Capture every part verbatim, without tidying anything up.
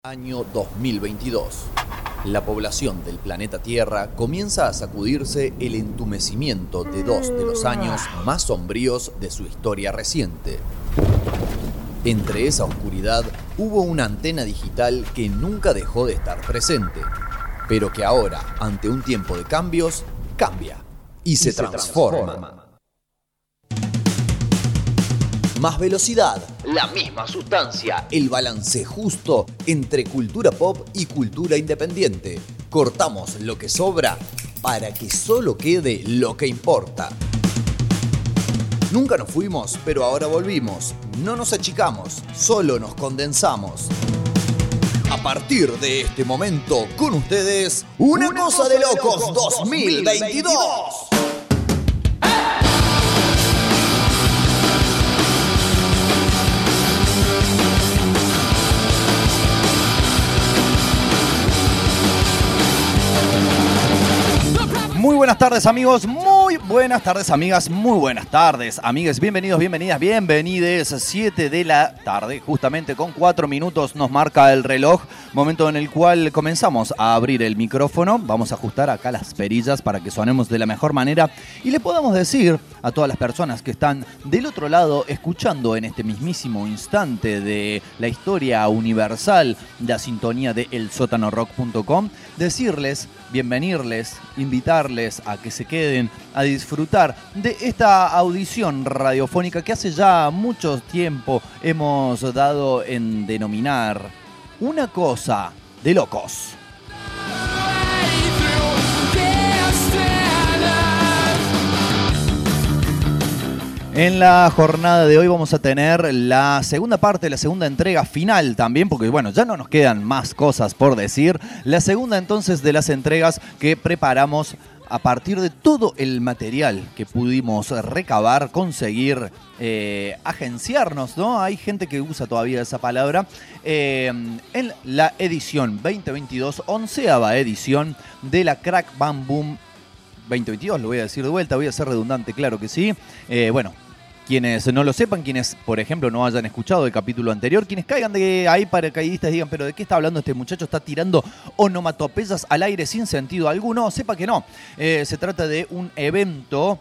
Año dos mil veintidós. La población del planeta Tierra comienza a sacudirse el entumecimiento de dos de los años más sombríos de su historia reciente. Entre esa oscuridad hubo una antena digital que nunca dejó de estar presente, pero que ahora, ante un tiempo de cambios, cambia y, y se, se transforma. transforma. Más velocidad, la misma sustancia, el balance justo entre cultura pop y cultura independiente. Cortamos lo que sobra para que solo quede lo que importa. Nunca nos fuimos, pero ahora volvimos. No nos achicamos, solo nos condensamos. A partir de este momento, con ustedes, Una, Una cosa, cosa de Locos, de locos dos mil veintidós. Muy buenas tardes, amigos, muy buenas tardes, amigas, muy buenas tardes, amigues, bienvenidos, bienvenidas, bienvenides. siete de la tarde, justamente con cuatro minutos nos marca el reloj, momento en el cual comenzamos a abrir el micrófono. Vamos a ajustar acá las perillas para que sonemos de la mejor manera y le podamos decir a todas las personas que están del otro lado escuchando en este mismísimo instante de la historia universal, la sintonía de el sótano rock punto com, decirles, bienvenirles, invitarles a que se queden a disfrutar de esta audición radiofónica que hace ya mucho tiempo hemos dado en denominar Una cosa de locos. En la jornada de hoy vamos a tener la segunda parte, la segunda entrega final también, porque bueno, ya no nos quedan más cosas por decir. La segunda entonces de las entregas que preparamos a partir de todo el material que pudimos recabar, conseguir, eh, agenciarnos, ¿no? Hay gente que usa todavía esa palabra. Eh, en la edición veinte veintidós, onceava edición de la Crack Bam Boom veinte veintidós, lo voy a decir de vuelta, voy a ser redundante, claro que sí. Eh, bueno, quienes no lo sepan, quienes, por ejemplo, no hayan escuchado el capítulo anterior, quienes caigan de ahí paracaidistas y digan, pero ¿de qué está hablando este muchacho? Está tirando onomatopeyas al aire sin sentido alguno. Sepa que no. Eh, se trata de un evento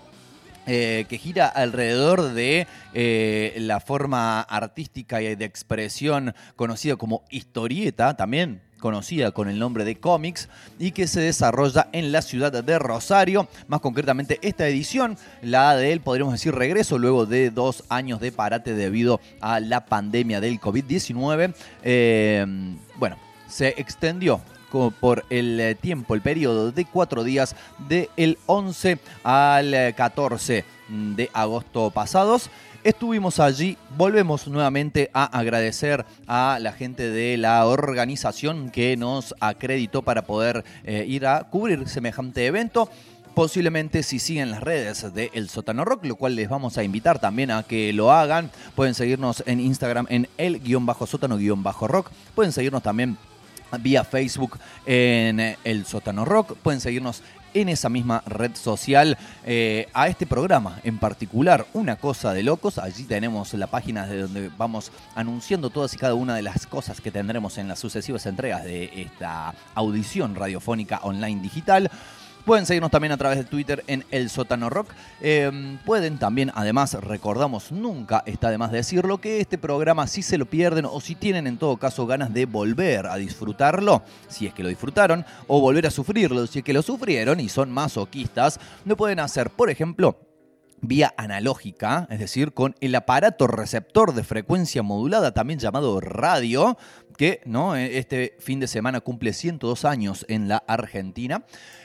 Eh, que gira alrededor de eh, la forma artística y de expresión conocida como historieta, también conocida con el nombre de cómics, y que se desarrolla en la ciudad de Rosario. Más concretamente, esta edición, la de él, podríamos decir, regreso luego de dos años de parate debido a la pandemia del covid diecinueve. Eh, bueno, se extendió por el tiempo, el periodo de cuatro días, del once al catorce de agosto pasados. Estuvimos allí, volvemos nuevamente a agradecer a la gente de la organización que nos acreditó para poder eh, ir a cubrir semejante evento. Posiblemente si siguen las redes de El Sótano Rock, lo cual les vamos a invitar también a que lo hagan. Pueden seguirnos en Instagram en el-sótano-rock. Pueden seguirnos también vía Facebook en El Sótano Rock. Pueden seguirnos en esa misma red social eh, a este programa en particular, Una cosa de locos. Allí tenemos la página de donde vamos anunciando todas y cada una de las cosas que tendremos en las sucesivas entregas de esta audición radiofónica online digital. Pueden seguirnos también a través de Twitter en El Sótano Rock. Eh, pueden también, además, recordamos, nunca está de más decirlo, que este programa, si se lo pierden o si tienen en todo caso ganas de volver a disfrutarlo, si es que lo disfrutaron, o volver a sufrirlo, si es que lo sufrieron y son masoquistas, lo pueden hacer, por ejemplo, vía analógica, es decir, con el aparato receptor de frecuencia modulada, también llamado radio, que ¿no? este fin de semana cumple ciento dos años en la Argentina.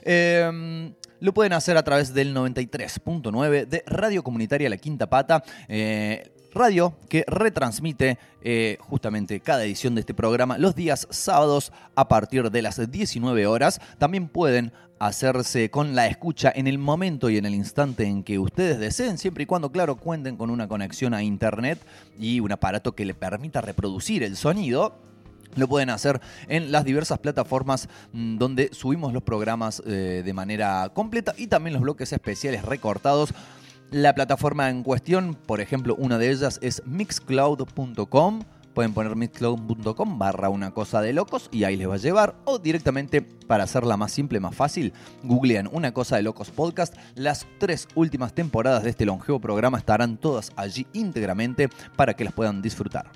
Eh, lo pueden hacer a través del noventa y tres punto nueve de Radio Comunitaria La Quinta Pata, eh, radio que retransmite eh, justamente cada edición de este programa los días sábados a partir de las diecinueve horas. También pueden hacerse con la escucha en el momento y en el instante en que ustedes deseen, siempre y cuando, claro, cuenten con una conexión a internet y un aparato que le permita reproducir el sonido. Lo pueden hacer en las diversas plataformas mmm, donde subimos los programas eh, de manera completa y también los bloques especiales recortados. La plataforma en cuestión, por ejemplo, una de ellas es mixcloud punto com pueden poner mixcloud.com barra una cosa de locos y ahí les va a llevar. O directamente, para hacerla más simple, más fácil, googlean Una Cosa de Locos Podcast. Las tres últimas temporadas de este longevo programa estarán todas allí íntegramente para que las puedan disfrutar.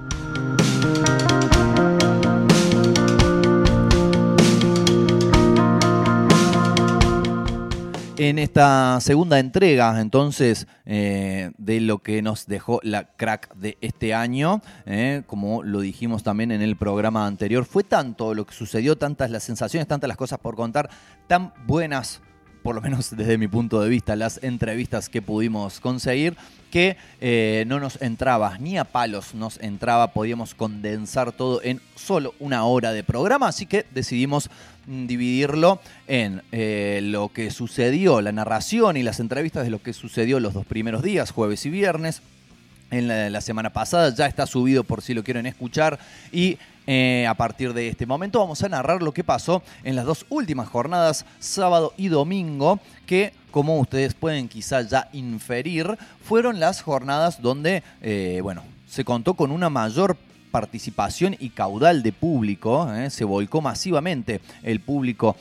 En esta segunda entrega, entonces, eh, de lo que nos dejó la crack de este año, eh, como lo dijimos también en el programa anterior, fue tanto lo que sucedió, tantas las sensaciones, tantas las cosas por contar, tan buenas, por lo menos desde mi punto de vista, las entrevistas que pudimos conseguir, que eh, no nos entraba ni a palos, nos entraba, podíamos condensar todo en solo una hora de programa, así que decidimos dividirlo en eh, lo que sucedió, la narración y las entrevistas de lo que sucedió los dos primeros días, jueves y viernes. En la, la semana pasada ya está subido por si lo quieren escuchar y eh, a partir de este momento vamos a narrar lo que pasó en las dos últimas jornadas, sábado y domingo, que como ustedes pueden quizá ya inferir, fueron las jornadas donde, eh, bueno, se contó con una mayor participación y caudal de público, ¿eh? Se volcó masivamente el público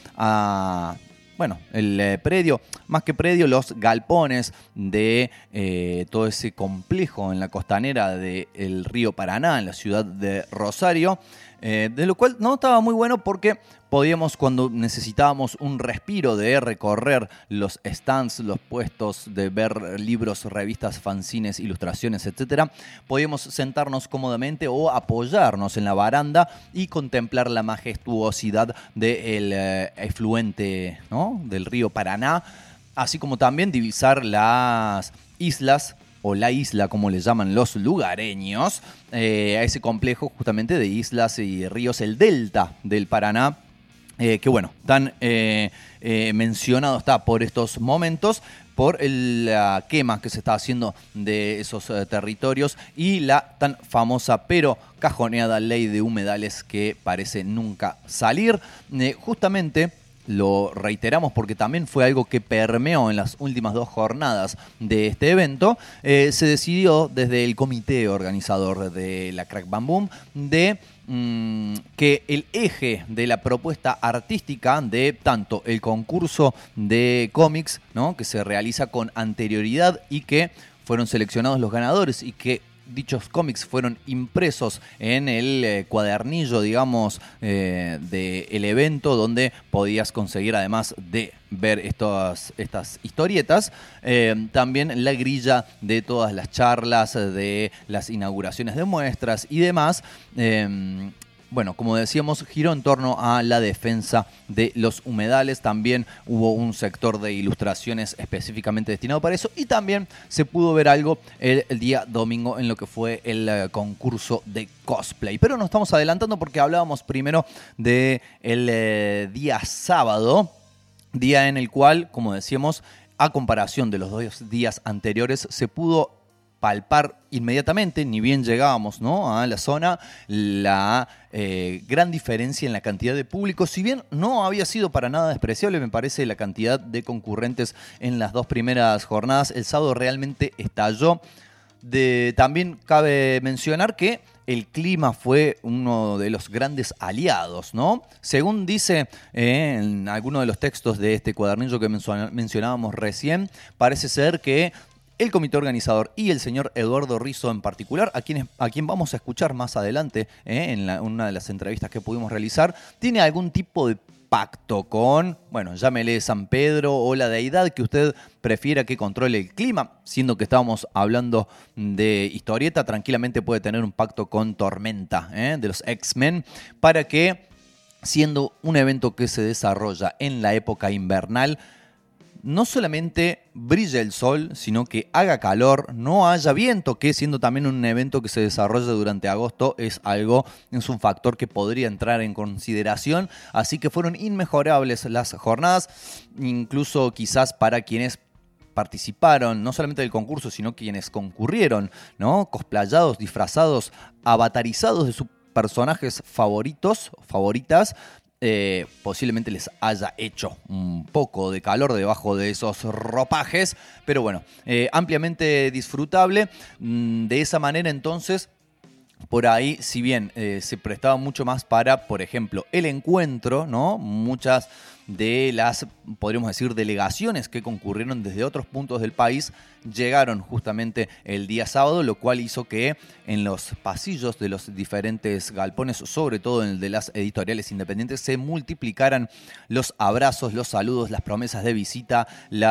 a, bueno, el eh, predio, más que predio, los galpones de eh, todo ese complejo en la costanera del río Paraná, en la ciudad de Rosario, eh, de lo cual no estaba muy bueno porque podíamos, cuando necesitábamos un respiro de recorrer los stands, los puestos, de ver libros, revistas, fanzines, ilustraciones, etcétera, podíamos sentarnos cómodamente o apoyarnos en la baranda y contemplar la majestuosidad del eh, efluente, ¿no?, del río Paraná, así como también divisar las islas, o la isla, como le llaman los lugareños, eh, a ese complejo justamente de islas y ríos, el delta del Paraná, eh, que bueno, tan eh, eh, mencionado está por estos momentos, por el, la quema que se está haciendo de esos eh, territorios y la tan famosa pero cajoneada ley de humedales que parece nunca salir. Eh, justamente lo reiteramos porque también fue algo que permeó en las últimas dos jornadas de este evento. Eh, se decidió desde el comité organizador de la Crack Bam Boom de mmm, que el eje de la propuesta artística de tanto el concurso de cómics, ¿no?, que se realiza con anterioridad y que fueron seleccionados los ganadores y que dichos cómics fueron impresos en el eh, cuadernillo, digamos, eh, del evento, donde podías conseguir, además de ver estas, estas historietas, eh, también la grilla de todas las charlas, de las inauguraciones de muestras y demás. Eh, Bueno, como decíamos, giró en torno a la defensa de los humedales. También hubo un sector de ilustraciones específicamente destinado para eso. Y también se pudo ver algo el, el día domingo en lo que fue el uh, concurso de cosplay. Pero nos estamos adelantando porque hablábamos primero del de uh, día sábado. Día en el cual, como decíamos, a comparación de los dos días anteriores, se pudo palpar inmediatamente, ni bien llegábamos, ¿no?, a la zona, la eh, gran diferencia en la cantidad de público. Si bien no había sido para nada despreciable, me parece, la cantidad de concurrentes en las dos primeras jornadas, el sábado realmente estalló. De, también cabe mencionar que el clima fue uno de los grandes aliados, ¿no? Según dice eh, en alguno de los textos de este cuadernillo que mencionábamos recién, parece ser que el comité organizador y el señor Eduardo Rizzo en particular, a quien, a quien vamos a escuchar más adelante eh, en la, una de las entrevistas que pudimos realizar, tiene algún tipo de pacto con, bueno, llámele San Pedro o la deidad que usted prefiera que controle el clima, siendo que estábamos hablando de historieta, tranquilamente puede tener un pacto con Tormenta, eh, de los X-Men, para que, siendo un evento que se desarrolla en la época invernal, no solamente brille el sol, sino que haga calor, no haya viento, que siendo también un evento que se desarrolla durante agosto, es algo, es un factor que podría entrar en consideración. Así que fueron inmejorables las jornadas, incluso quizás para quienes participaron, no solamente del concurso, sino quienes concurrieron, ¿no?, cosplayados, disfrazados, avatarizados de sus personajes favoritos, favoritas. Eh, posiblemente les haya hecho un poco de calor debajo de esos ropajes, pero bueno, eh, ampliamente disfrutable. De esa manera, entonces, por ahí, si bien eh, se prestaba mucho más para, por ejemplo, el encuentro, ¿no? Muchas de las, podríamos decir, delegaciones que concurrieron desde otros puntos del país llegaron justamente el día sábado, lo cual hizo que en los pasillos de los diferentes galpones, sobre todo en el de las editoriales independientes, se multiplicaran los abrazos, los saludos, las promesas de visita,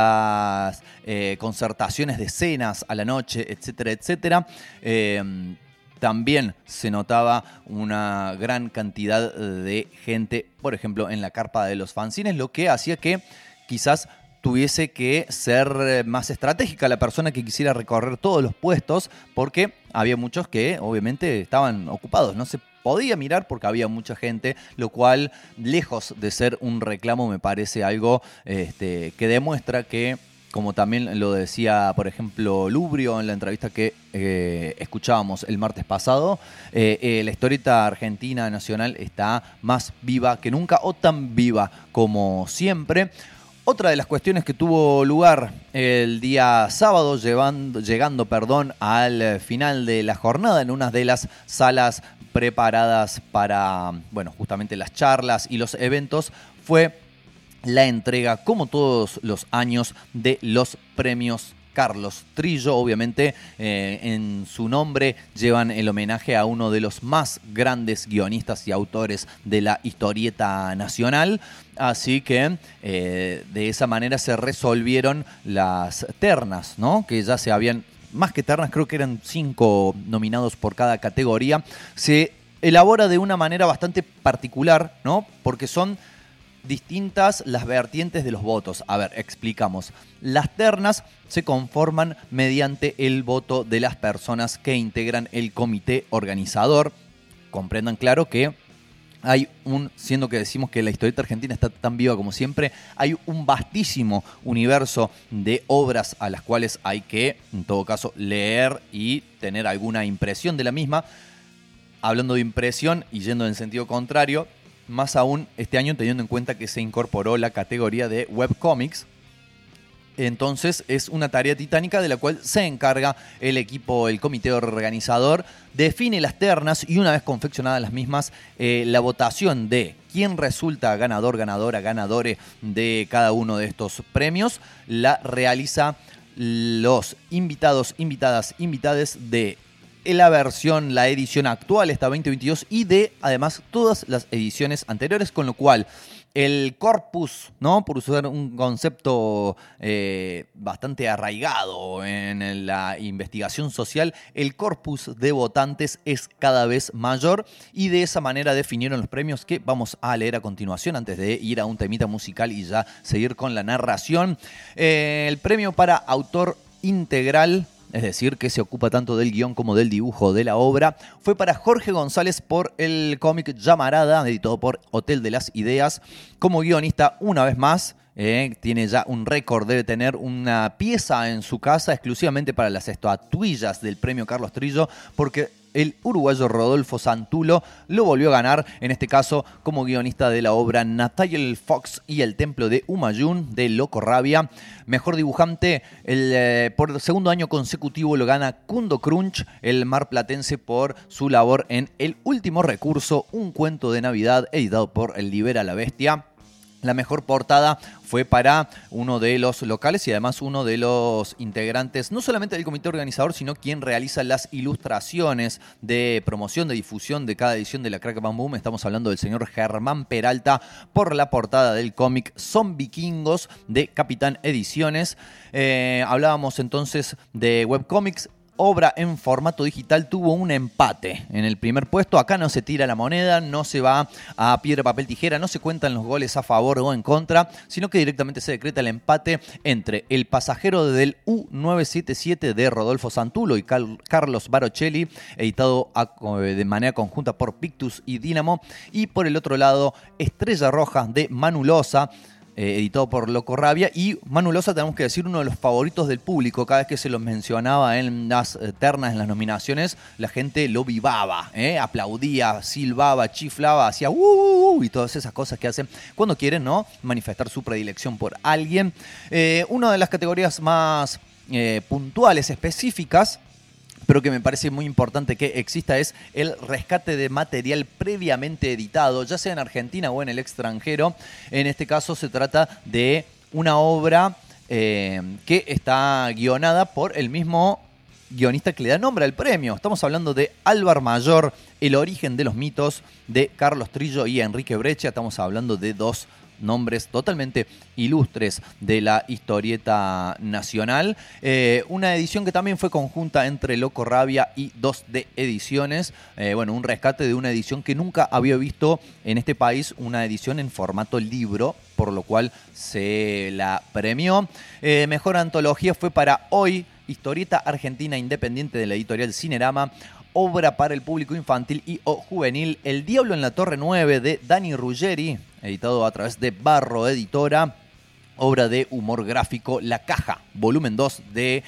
las eh, concertaciones de cenas a la noche, etcétera, etcétera. Eh, También se notaba una gran cantidad de gente, por ejemplo, en la carpa de los fanzines, lo que hacía que quizás tuviese que ser más estratégica la persona que quisiera recorrer todos los puestos, porque había muchos que obviamente estaban ocupados, no se podía mirar porque había mucha gente, lo cual, lejos de ser un reclamo, me parece algo este, que demuestra que, como también lo decía, por ejemplo, Lubrio en la entrevista que eh, escuchábamos el martes pasado, eh, eh, la historieta argentina nacional está más viva que nunca, o tan viva como siempre. Otra de las cuestiones que tuvo lugar el día sábado, llevando, llegando perdón, al final de la jornada en una de las salas preparadas para, bueno, justamente las charlas y los eventos, fue la entrega, como todos los años, de los premios Carlos Trillo. Obviamente, eh, en su nombre llevan el homenaje a uno de los más grandes guionistas y autores de la historieta nacional. Así que eh, de esa manera se resolvieron las ternas, ¿no? Que ya se habían, más que ternas, creo que eran cinco nominados por cada categoría. Se elabora de una manera bastante particular, ¿no? Porque son distintas las vertientes de los votos. A ver, explicamos. Las ternas se conforman mediante el voto de las personas que integran el comité organizador. Comprendan claro que hay un, siendo que decimos que la historieta argentina está tan viva como siempre, hay un vastísimo universo de obras a las cuales hay que, en todo caso, leer y tener alguna impresión de la misma. Hablando de impresión y yendo en sentido contrario, más aún este año teniendo en cuenta que se incorporó la categoría de webcomics. Entonces es una tarea titánica de la cual se encarga el equipo, el comité organizador, define las ternas y una vez confeccionadas las mismas, eh, la votación de quién resulta ganador, ganadora, ganadores de cada uno de estos premios la realiza los invitados, invitadas, invitades de la versión, la edición actual, esta veinte veintidós, y de, además, todas las ediciones anteriores, con lo cual el corpus, ¿no? Por usar un concepto eh, bastante arraigado en la investigación social, el corpus de votantes es cada vez mayor y de esa manera definieron los premios que vamos a leer a continuación antes de ir a un temita musical y ya seguir con la narración. Eh, el premio para autor integral, es decir, que se ocupa tanto del guión como del dibujo de la obra, fue para Jorge González por el cómic Llamarada, editado por Hotel de las Ideas. Como guionista, una vez más, eh, tiene ya un récord, debe tener una pieza en su casa exclusivamente para las estatuillas del premio Carlos Trillo, porque el uruguayo Rodolfo Santulo lo volvió a ganar, en este caso como guionista de la obra Nathaniel Fox y el Templo de Humayun de Loco Rabia. Mejor dibujante, el, eh, por segundo año consecutivo lo gana Kundo Crunch, el marplatense, por su labor en El Último Recurso, un cuento de Navidad editado por el Libera la Bestia. La mejor portada fue para uno de los locales y además uno de los integrantes, no solamente del comité organizador, sino quien realiza las ilustraciones de promoción, de difusión de cada edición de la Crack Bam Boom. Estamos hablando del señor Germán Peralta por la portada del cómic Son Vikingos de Capitán Ediciones. Eh, hablábamos entonces de webcomics. Obra en formato digital tuvo un empate en el primer puesto. Acá no se tira la moneda, no se va a piedra, papel, tijera, no se cuentan los goles a favor o en contra, sino que directamente se decreta el empate entre El Pasajero del U novecientos setenta y siete de Rodolfo Santulo y Cal- Carlos Barocelli, editado a, de manera conjunta por Pictus y Dínamo, y por el otro lado Estrella Roja de Manu Loza, Eh, editado por Loco Rabia. Y Manu Loza, tenemos que decir, uno de los favoritos del público. Cada vez que se lo mencionaba en las ternas, en las nominaciones, la gente lo vivaba, ¿eh? Aplaudía, silbaba, chiflaba, hacía uh, uh, uh, y todas esas cosas que hacen cuando quieren, ¿no?, manifestar su predilección por alguien. Eh, una de las categorías más eh, puntuales, específicas, pero que me parece muy importante que exista, es el rescate de material previamente editado, ya sea en Argentina o en el extranjero. En este caso se trata de una obra eh, que está guionada por el mismo guionista que le da nombre al premio. Estamos hablando de Álvar Mayor, El origen de los mitos, de Carlos Trillo y Enrique Breccia. Estamos hablando de dos nombres totalmente ilustres de la historieta nacional. Eh, una edición que también fue conjunta entre Loco Rabia y dos D Ediciones. Eh, bueno, un rescate de una edición que nunca había visto en este país, una edición en formato libro, por lo cual se la premió. Eh, mejor antología fue para Hoy, historieta argentina independiente de la editorial Cinerama. Obra para el público infantil y o juvenil, El Diablo en la Torre nueve, de Dani Ruggeri, editado a través de Barro Editora. Obra de humor gráfico, La Caja, volumen dos, de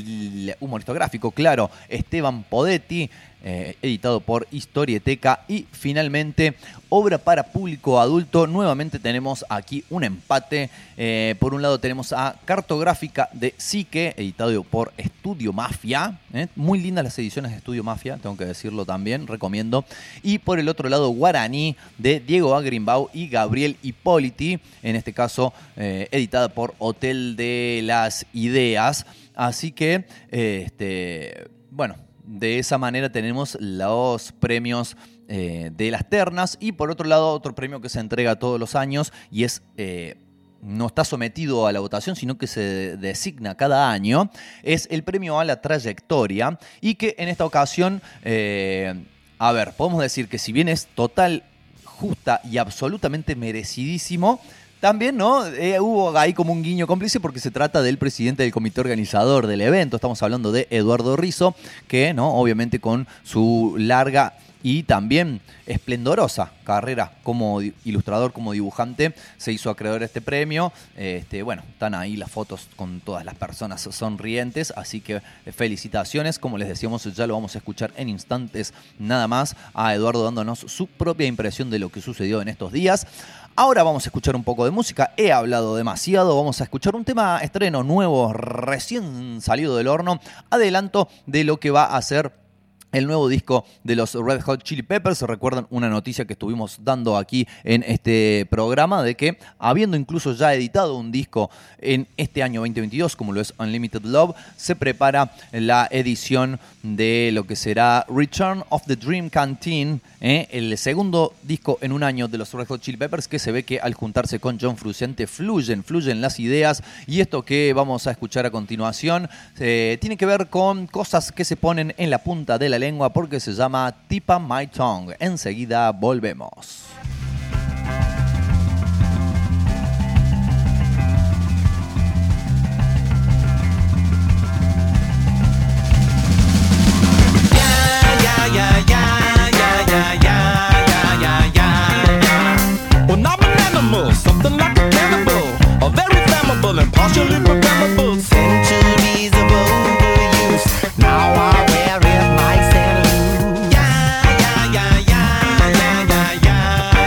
el humorista gráfico, claro, Esteban Podetti, eh, editado por Historieteca. Y finalmente, obra para público adulto. Nuevamente tenemos aquí un empate. Eh, por un lado tenemos a Cartográfica de Psique, editado por Estudio Mafia. Eh, muy lindas las ediciones de Estudio Mafia, tengo que decirlo también, recomiendo. Y por el otro lado, Guaraní, de Diego Agrimbau y Gabriel Hipóliti, en este caso eh, editada por Hotel de las Ideas. Así que, eh, este, bueno, de esa manera tenemos los premios eh, de las ternas. Y por otro lado, otro premio que se entrega todos los años y es... Eh, no está sometido a la votación, sino que se designa cada año, es el premio a la trayectoria, y que en esta ocasión, eh, a ver, podemos decir que si bien es total, justa y absolutamente merecidísimo, también, ¿no? Eh, hubo ahí como un guiño cómplice porque se trata del presidente del comité organizador del evento. Estamos hablando de Eduardo Rizzo, que, ¿no?, obviamente con su larga y también esplendorosa carrera como ilustrador, como dibujante, se hizo acreedor a este premio. Este, bueno, están ahí las fotos con todas las personas sonrientes, así que felicitaciones. Como les decíamos, ya lo vamos a escuchar en instantes nada más a Eduardo dándonos su propia impresión de lo que sucedió en estos días. Ahora vamos a escuchar un poco de música. He hablado demasiado. Vamos a escuchar un tema estreno nuevo, recién salido del horno. Adelanto de lo que va a ser el nuevo disco de los Red Hot Chili Peppers. Recuerdan una noticia que estuvimos dando aquí en este programa de que, habiendo incluso ya editado un disco en este año veinte veintidós, como lo es Unlimited Love, se prepara la edición de lo que será Return of the Dream Canteen, ¿eh? el segundo disco en un año de los Red Hot Chili Peppers, que se ve que al juntarse con John Frusciante fluyen, fluyen las ideas. Y esto que vamos a escuchar a continuación eh, tiene que ver con cosas que se ponen en la punta de la lengua, porque se llama Tip of My Tongue. Enseguida volvemos. Something like a cannibal, a very flammable and partially programmable. Centuries of overuse, now I wear it nice and loose. Yeah, yeah, yeah, yeah, yeah, yeah, yeah.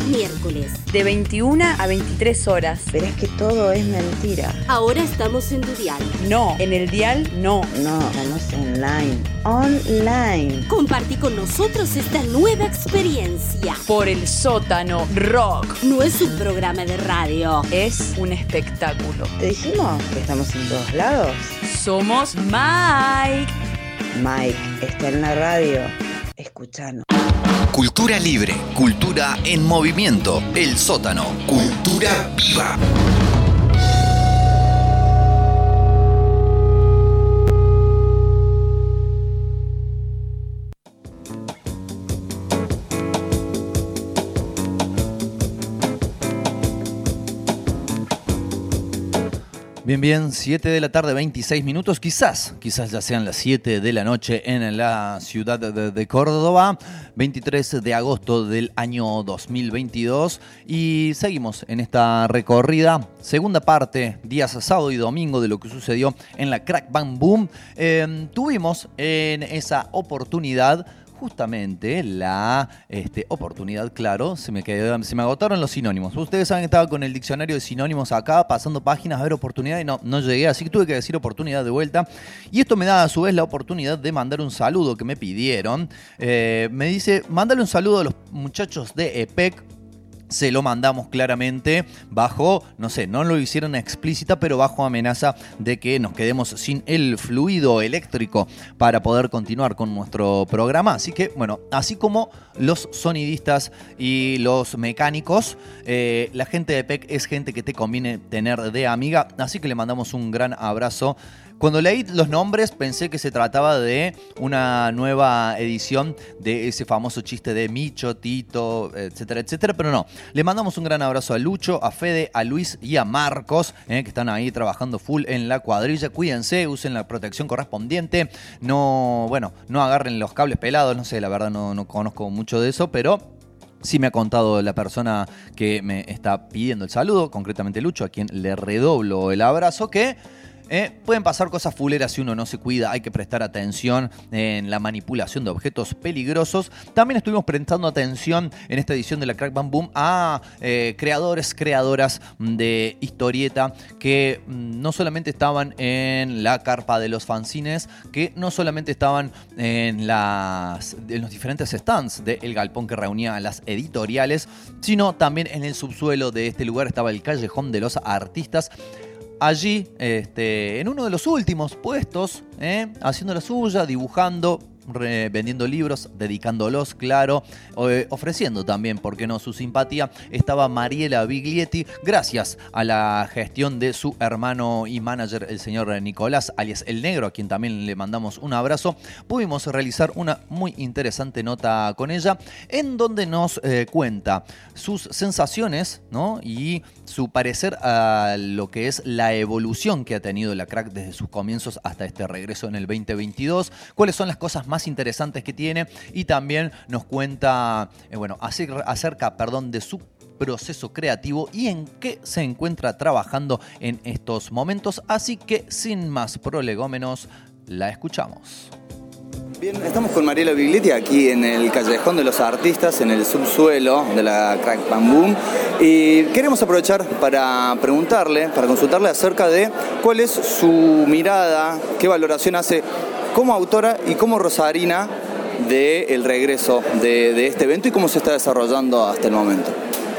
miércoles. De veintiuna a veintitrés horas. Pero es que todo es mentira. Ahora estamos en tu dial. No, en el dial no. No, estamos online. Online. Compartí con nosotros esta nueva experiencia. Por el sótano rock. No es un programa de radio. Es un espectáculo. ¿Te dijimos que estamos en todos lados? Somos Mike. Mike está en la radio. Escuchanos. Cultura libre, cultura en movimiento, el sótano, cultura viva. Bien, bien, siete de la tarde, veintiséis minutos, quizás, quizás ya sean las siete de la noche en la ciudad de, de Córdoba, veintitrés de agosto del año dos mil veintidós, y seguimos en esta recorrida, segunda parte, días sábado y domingo de lo que sucedió en la Crack Bang Boom. Eh, tuvimos en esa oportunidad justamente la este, oportunidad, claro, se me, quedó, se me agotaron los sinónimos. Ustedes saben que estaba con el diccionario de sinónimos acá, pasando páginas a ver oportunidad y no, no llegué, así que tuve que decir oportunidad de vuelta. Y esto me da a su vez la oportunidad de mandar un saludo que me pidieron. Eh, me dice, mándale un saludo a los muchachos de E P E C. Se lo mandamos claramente bajo, no sé, no lo hicieron explícita, pero bajo amenaza de que nos quedemos sin el fluido eléctrico para poder continuar con nuestro programa. Así que, bueno, así como los sonidistas y los mecánicos, eh, la gente de P E C es gente que te conviene tener de amiga, así que le mandamos un gran abrazo. Cuando leí los nombres pensé que se trataba de una nueva edición de ese famoso chiste de Micho, Tito, etcétera, etcétera, pero no. Le mandamos un gran abrazo a Lucho, a Fede, a Luis y a Marcos, eh, que están ahí trabajando full en la cuadrilla. Cuídense, usen la protección correspondiente. No, bueno, no agarren los cables pelados, no sé, la verdad no, no conozco mucho de eso, pero sí me ha contado la persona que me está pidiendo el saludo, concretamente Lucho, a quien le redoblo el abrazo, que Eh, pueden pasar cosas fuleras si uno no se cuida, hay que prestar atención en la manipulación de objetos peligrosos. También estuvimos prestando atención en esta edición de la Crack Bang Boom a eh, creadores, creadoras de historieta que no solamente estaban en la carpa de los fanzines, que no solamente estaban en, las, en los diferentes stands del galpón que reunía a las editoriales, sino también en el subsuelo de este lugar estaba el Callejón de los Artistas. Allí, este, en uno de los últimos puestos, ¿eh? haciendo la suya, dibujando, re, vendiendo libros, dedicándolos, claro, eh, ofreciendo también, ¿por qué no?, su simpatía, estaba Mariela Biglietti, gracias a la gestión de su hermano y manager, el señor Nicolás, alias El Negro, a quien también le mandamos un abrazo. Pudimos realizar una muy interesante nota con ella, en donde nos eh, cuenta sus sensaciones, ¿no?, y su parecer a lo que es la evolución que ha tenido la Crack desde sus comienzos hasta este regreso en el veinte veintidós, cuáles son las cosas más interesantes que tiene, y también nos cuenta, eh, bueno, acerca, acerca perdón, de su proceso creativo y en qué se encuentra trabajando en estos momentos. Así que, sin más prolegómenos, la escuchamos. Bien, estamos con Mariela Biglietti aquí en el Callejón de los Artistas, en el subsuelo de la Crack Bang Boom, y queremos aprovechar para preguntarle, para consultarle acerca de cuál es su mirada, qué valoración hace como autora y como rosarina del regreso de, de este evento y cómo se está desarrollando hasta el momento.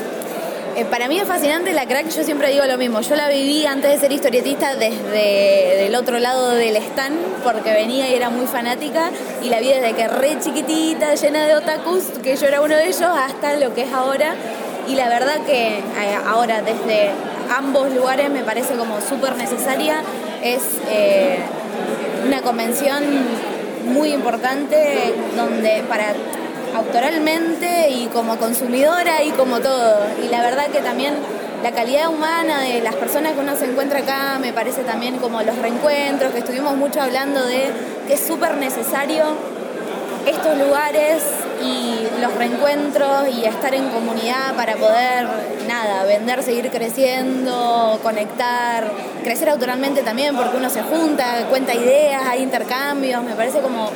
Eh, para mí es fascinante la Crack, yo siempre digo lo mismo, yo la viví antes de ser historietista desde el otro lado del stand, porque venía y era muy fanática, y la vi desde que re chiquitita, llena de otakus, que yo era uno de ellos, hasta lo que es ahora, y la verdad que eh, ahora desde ambos lugares me parece como súper necesaria, es eh, una convención muy importante donde para autoralmente y como consumidora y como todo, y la verdad que también la calidad humana de las personas que uno se encuentra acá, me parece también como los reencuentros, que estuvimos mucho hablando de que es súper necesario estos lugares y los reencuentros y estar en comunidad para poder, nada, vender, seguir creciendo, conectar, crecer autoralmente también, porque uno se junta, cuenta ideas, hay intercambios, me parece como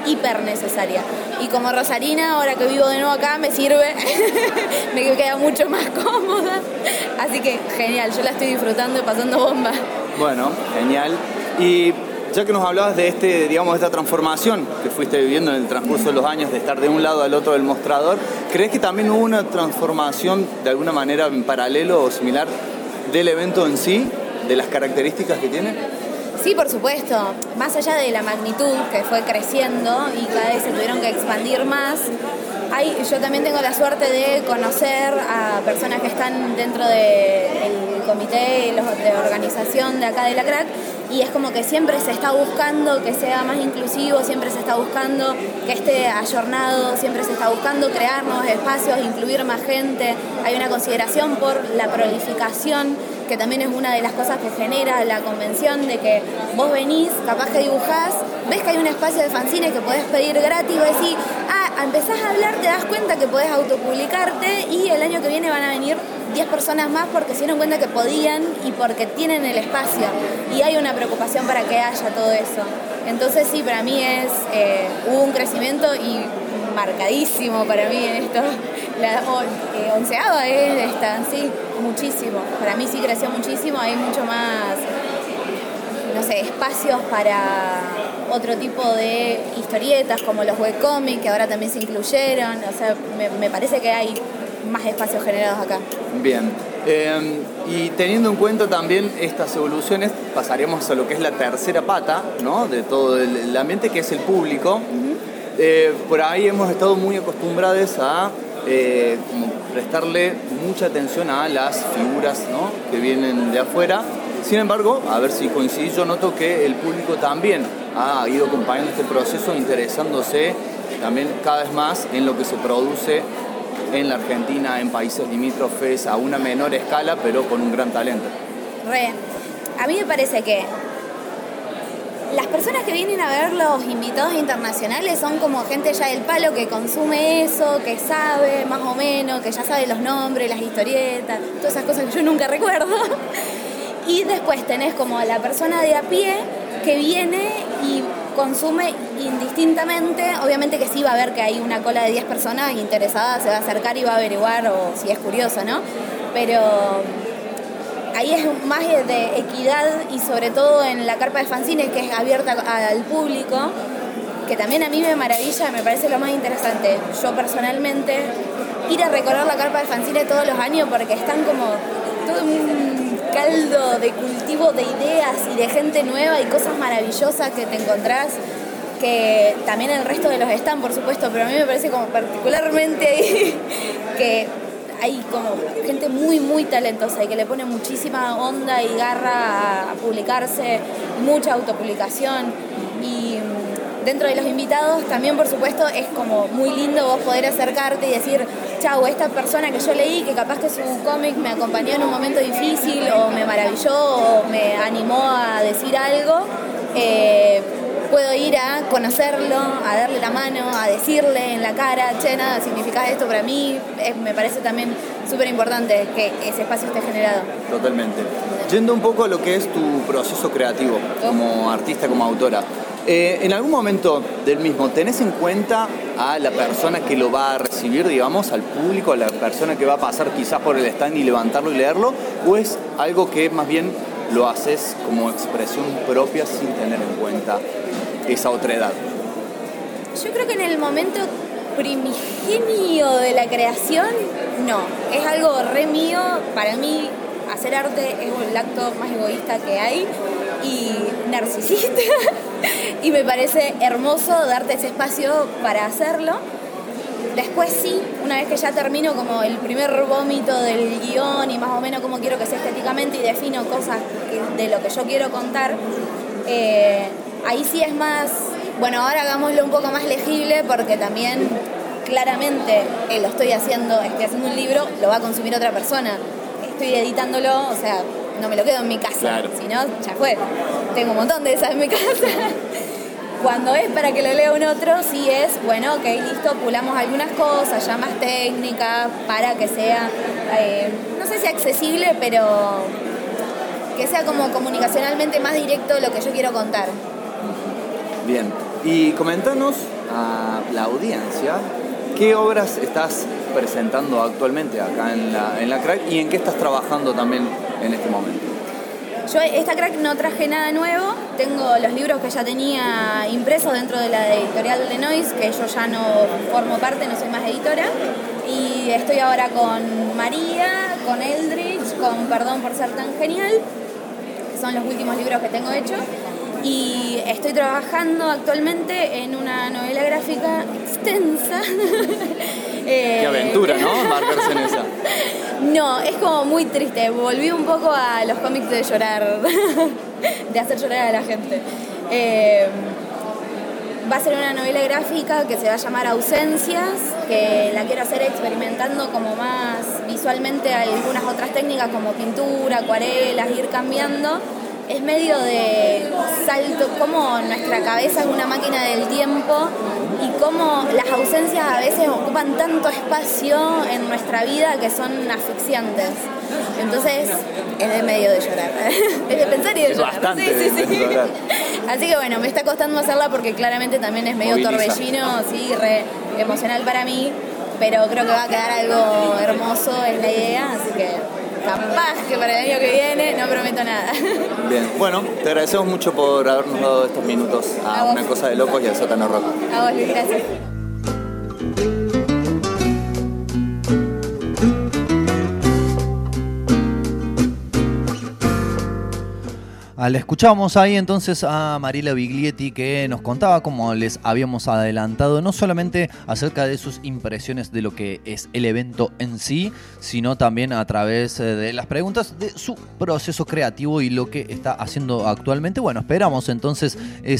hiper necesaria. Y como rosarina, ahora que vivo de nuevo acá, me sirve, me queda mucho más cómoda. Así que genial, yo la estoy disfrutando y pasando bomba. Bueno, genial. Y ya que nos hablabas de este, digamos, de esta transformación que fuiste viviendo en el transcurso de los años, de estar de un lado al otro del mostrador, ¿crees que también hubo una transformación de alguna manera en paralelo o similar del evento en sí, de las características que tiene? Sí, por supuesto. Más allá de la magnitud que fue creciendo y cada vez se tuvieron que expandir más, hay, yo también tengo la suerte de conocer a personas que están dentro del comité de organización de acá de la Crack, y es como que siempre se está buscando que sea más inclusivo, siempre se está buscando que esté ayornado, siempre se está buscando crear nuevos espacios, incluir más gente. Hay una consideración por la prolificación, que también es una de las cosas que genera la convención, de que vos venís, capaz que dibujás, ves que hay un espacio de fanzines que podés pedir gratis, vos decís, ah, empezás a hablar, te das cuenta que podés autopublicarte y el año que viene van a venir diez personas más porque se dieron cuenta que podían y porque tienen el espacio. Y hay una preocupación para que haya todo eso. Entonces sí, para mí es, eh, hubo un crecimiento y marcadísimo para mí en esto. La o, eh, onceava es esta, sí, muchísimo. Para mí sí creció muchísimo, hay mucho más, no sé, espacios para otro tipo de historietas como los webcomics, que ahora también se incluyeron. O sea, me, me parece que hay más espacios generados acá. Bien. Eh, y teniendo en cuenta también estas evoluciones, pasaremos a lo que es la tercera pata, ¿no?, de todo el, el ambiente, que es el público. Uh-huh. Eh, por ahí hemos estado muy acostumbrados a eh, como prestarle mucha atención a las figuras, ¿no?, que vienen de afuera. Sin embargo, a ver si coincidís, yo noto que el público también ha ido acompañando este proceso, interesándose también cada vez más en lo que se produce en la Argentina, en países limítrofes, a una menor escala, pero con un gran talento. Re. A mí me parece que las personas que vienen a ver los invitados internacionales son como gente ya del palo que consume eso, que sabe más o menos, que ya sabe los nombres, las historietas, todas esas cosas que yo nunca recuerdo. Y después tenés como la persona de a pie que viene y consume indistintamente. Obviamente que sí va a ver que hay una cola de diez personas interesadas, se va a acercar y va a averiguar, o si es curioso, ¿no? Pero ahí es más de equidad, y sobre todo en la carpa de fanzines, que es abierta al público, que también a mí me maravilla, me parece lo más interesante. Yo personalmente, ir a recorrer la carpa de fanzines todos los años, porque están como todo un caldo de cultivo de ideas y de gente nueva y cosas maravillosas que te encontrás, que también el resto de los están, por supuesto, pero a mí me parece como particularmente ahí que hay como gente muy, muy talentosa y que le pone muchísima onda y garra a publicarse, mucha autopublicación. Y dentro de los invitados también, por supuesto, es como muy lindo vos poder acercarte y decir, chau, esta persona que yo leí, que capaz que su cómic me acompañó en un momento difícil, o me maravilló, o me animó a decir algo, eh, puedo ir a conocerlo, a darle la mano, a decirle en la cara, che, nada, significa esto para mí. Eh, me parece también súper importante que ese espacio esté generado. Totalmente. Yendo un poco a lo que es tu proceso creativo como artista, como autora, eh, en algún momento del mismo, ¿tenés en cuenta a la persona que lo va a recibir, digamos, al público, a la persona que va a pasar quizás por el stand y levantarlo y leerlo? ¿O es algo que más bien lo haces como expresión propia sin tener en cuenta esa otra edad? Yo creo que en el momento primigenio de la creación, no. Es algo re mío. Para mí, hacer arte es el acto más egoísta que hay y narcisista. Y me parece hermoso darte ese espacio para hacerlo. Después sí, una vez que ya termino como el primer vómito del guión y más o menos cómo quiero que sea estéticamente y defino cosas que, de lo que yo quiero contar, eh, ahí sí es más, bueno, ahora hagámoslo un poco más legible, porque también claramente eh, lo estoy haciendo, estoy haciendo un libro, lo va a consumir otra persona. Estoy editándolo, o sea, no me lo quedo en mi casa, claro. Si no, ya fue. Tengo un montón de esas en mi casa. Cuando es para que lo lea un otro, sí es, bueno, ok, listo, pulamos algunas cosas ya más técnicas para que sea, eh, no sé si accesible, pero que sea como comunicacionalmente más directo lo que yo quiero contar. Bien, y comentanos a la audiencia qué obras estás presentando actualmente acá en la, en la Crack y en qué estás trabajando también en este momento. Yo esta Crack no traje nada nuevo, tengo los libros que ya tenía impresos dentro de la editorial de Noise, que yo ya no formo parte, no soy más editora, y estoy ahora con María, con Eldridge, con Perdón por ser tan genial, que son los últimos libros que tengo hechos, y estoy trabajando actualmente en una novela gráfica extensa. Qué aventura, ¿no? Marcarse en esa. No, es como muy triste. Volví un poco a los cómics de llorar, de hacer llorar a la gente. Eh, va a ser una novela gráfica que se va a llamar Ausencias, que la quiero hacer experimentando como más visualmente algunas otras técnicas como pintura, acuarelas, ir cambiando. Es medio de salto, como nuestra cabeza es una máquina del tiempo y cómo las ausencias a veces ocupan tanto espacio en nuestra vida que son asfixiantes. Entonces, es de medio de llorar. Es de pensar y de llorar. Bastante sí, sí, de sí. llorar. Así que bueno, me está costando hacerla porque claramente también es medio Moviliza. torbellino, sí, re emocional para mí, pero creo que va a quedar algo hermoso, es la idea, así que capaz que para el año que viene no prometo nada. Bien, bueno, te agradecemos mucho por habernos dado estos minutos a, A vos. Una Cosa de Locos y al Sótano Rock. A vos, Luis, gracias. Al escuchamos ahí entonces a Mariela Biglietti, que nos contaba, como les habíamos adelantado, no solamente acerca de sus impresiones de lo que es el evento en sí, sino también a través de las preguntas de su proceso creativo y lo que está haciendo actualmente. Bueno, esperamos entonces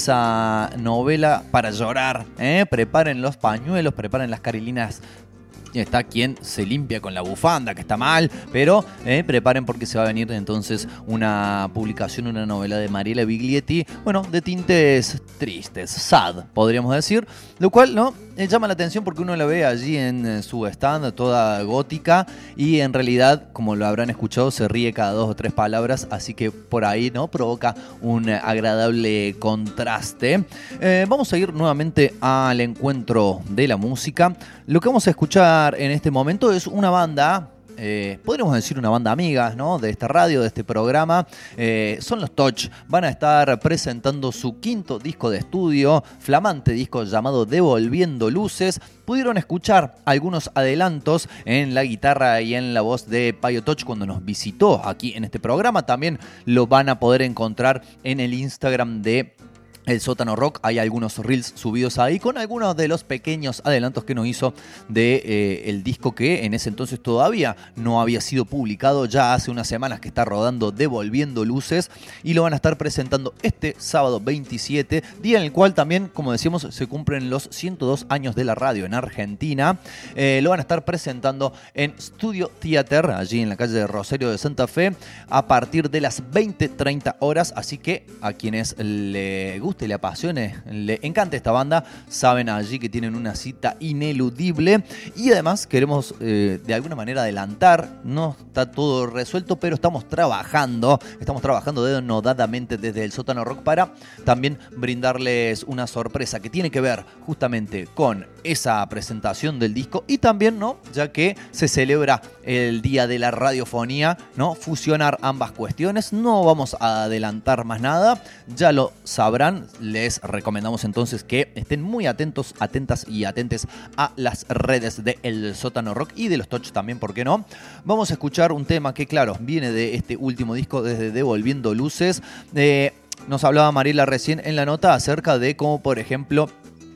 esa novela para llorar, ¿eh? Preparen los pañuelos, preparen las carilinas. Está quien se limpia con la bufanda, que está mal, pero eh, preparen porque se va a venir entonces una publicación, una novela de Mariela Biglietti, bueno, de tintes tristes, sad, podríamos decir, lo cual, ¿no? Eh, llama la atención porque uno la ve allí en eh, su stand, toda gótica, y en realidad, como lo habrán escuchado, se ríe cada dos o tres palabras, así que por ahí, ¿no? Provoca un agradable contraste. Eh, vamos a ir nuevamente al encuentro de la música. Lo que vamos a escuchar en este momento es una banda, eh, podríamos decir una banda amiga, ¿no? De esta radio, de este programa. Eh, son los Touch. Van a estar presentando su quinto disco de estudio, flamante disco llamado Devolviendo Luces. Pudieron escuchar algunos adelantos en la guitarra y en la voz de Payo Touch cuando nos visitó aquí en este programa. También lo van a poder encontrar en el Instagram de El Sótano Rock. Hay algunos reels subidos ahí con algunos de los pequeños adelantos que nos hizo de eh, el disco que en ese entonces todavía no había sido publicado. Ya hace unas semanas que está rodando Devolviendo Luces y lo van a estar presentando este sábado veintisiete, día en el cual también, como decíamos, se cumplen los ciento dos años de la radio en Argentina. Eh, lo van a estar presentando en Studio Theater, allí en la calle de Rosario de Santa Fe, a partir de las veinte treinta horas. Así que a quienes le gusta y le apasione, le encanta esta banda, saben allí que tienen una cita ineludible. Y además queremos eh, de alguna manera adelantar, no está todo resuelto, pero estamos trabajando, estamos trabajando denodadamente desde el Sótano Rock para también brindarles una sorpresa que tiene que ver justamente con esa presentación del disco y también, ¿no? Ya que se celebra el Día de la Radiofonía, ¿no? Fusionar ambas cuestiones. No vamos a adelantar más nada, ya lo sabrán. Les recomendamos entonces que estén muy atentos, atentas y atentes a las redes de El Sótano Rock y de los Touch también, ¿por qué no? Vamos a escuchar un tema que, claro, viene de este último disco, desde Devolviendo Luces. Eh, nos hablaba Mariela recién en la nota acerca de cómo, por ejemplo,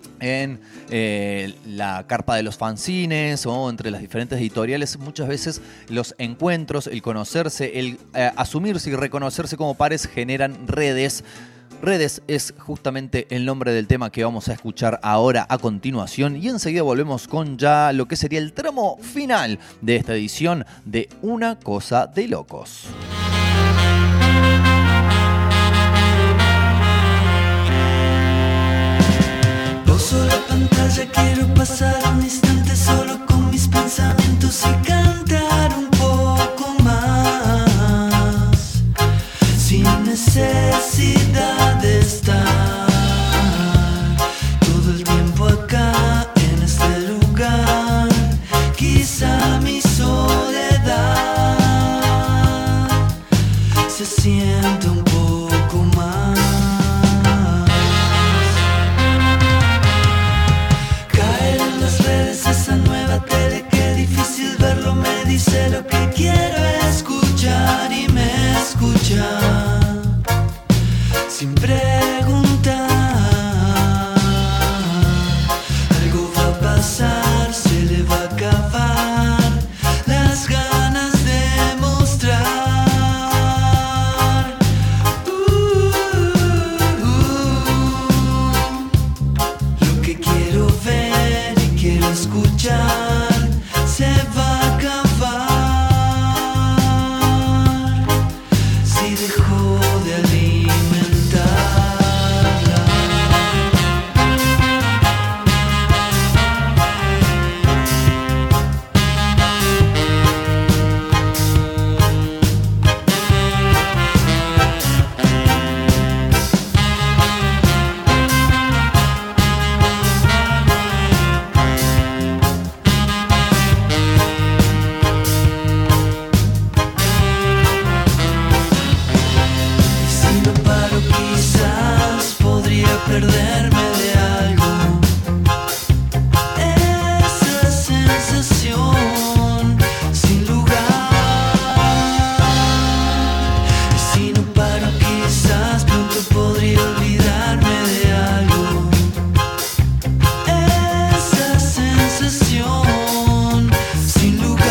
en eh, la carpa de los fanzines o entre las diferentes editoriales, muchas veces los encuentros, el conocerse, el eh, asumirse y reconocerse como pares generan redes. Redes es justamente el nombre del tema que vamos a escuchar ahora a continuación y enseguida volvemos con ya lo que sería el tramo final de esta edición de Una Cosa de Locos. Pauso la pantalla, quiero pasar un instante solo con mis pensamientos y cantar un poco más, sin necesidad de estar todo el tiempo acá. olvidar se va a acabar si dejó de alimentarla. Si no paro quizás podría perderme de algo. Esa sensación sin lugar. Si no paro quizás pronto podría olvidarme de algo. Esa sensación sin lugar.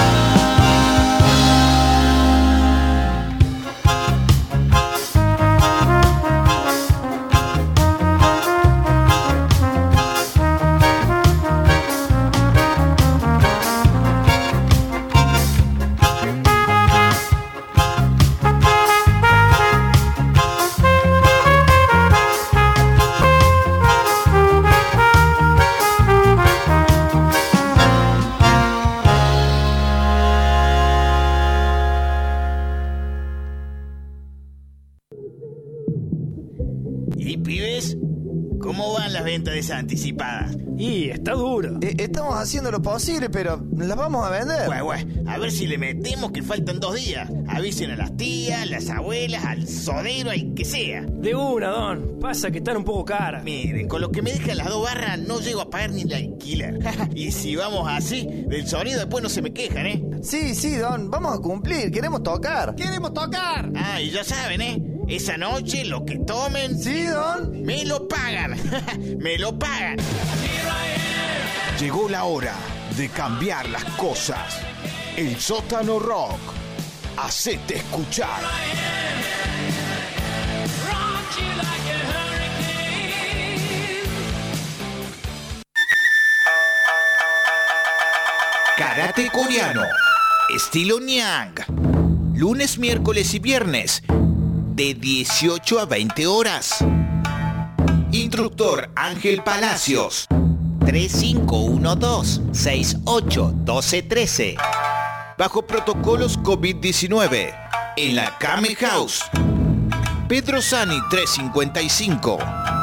¿Y pibes? ¿Cómo van las ventas de esas anticipadas? Y está duro. Eh, estamos haciendo lo posible, pero las vamos a vender. Güey, güey, a ver si le metemos que faltan dos días. Avisen a las tías, las abuelas, al sodero, al que sea. De una, Don. Pasa que están un poco caras. Miren, con lo que me dejan las dos barras no llego a pagar ni el alquiler. Y si vamos así, del sonido después no se me quejan, ¿eh? Sí, sí, Don, vamos a cumplir, queremos tocar. ¡Queremos tocar! Ah, y ya saben, ¿eh? Esa noche lo que tomen... Sí, Don. Me lo pagan. Me lo pagan. Llegó la hora de cambiar las cosas. El Sótano Rock. Hacete escuchar. Karate coreano. Estilo Nyang. Lunes, miércoles y viernes. De dieciocho a veinte horas. Instructor Ángel Palacios. tres cinco uno dos, seis ocho uno dos uno tres. Bajo protocolos COVID diecinueve. En la Kame House. Pedro Sani trescientos cincuenta y cinco.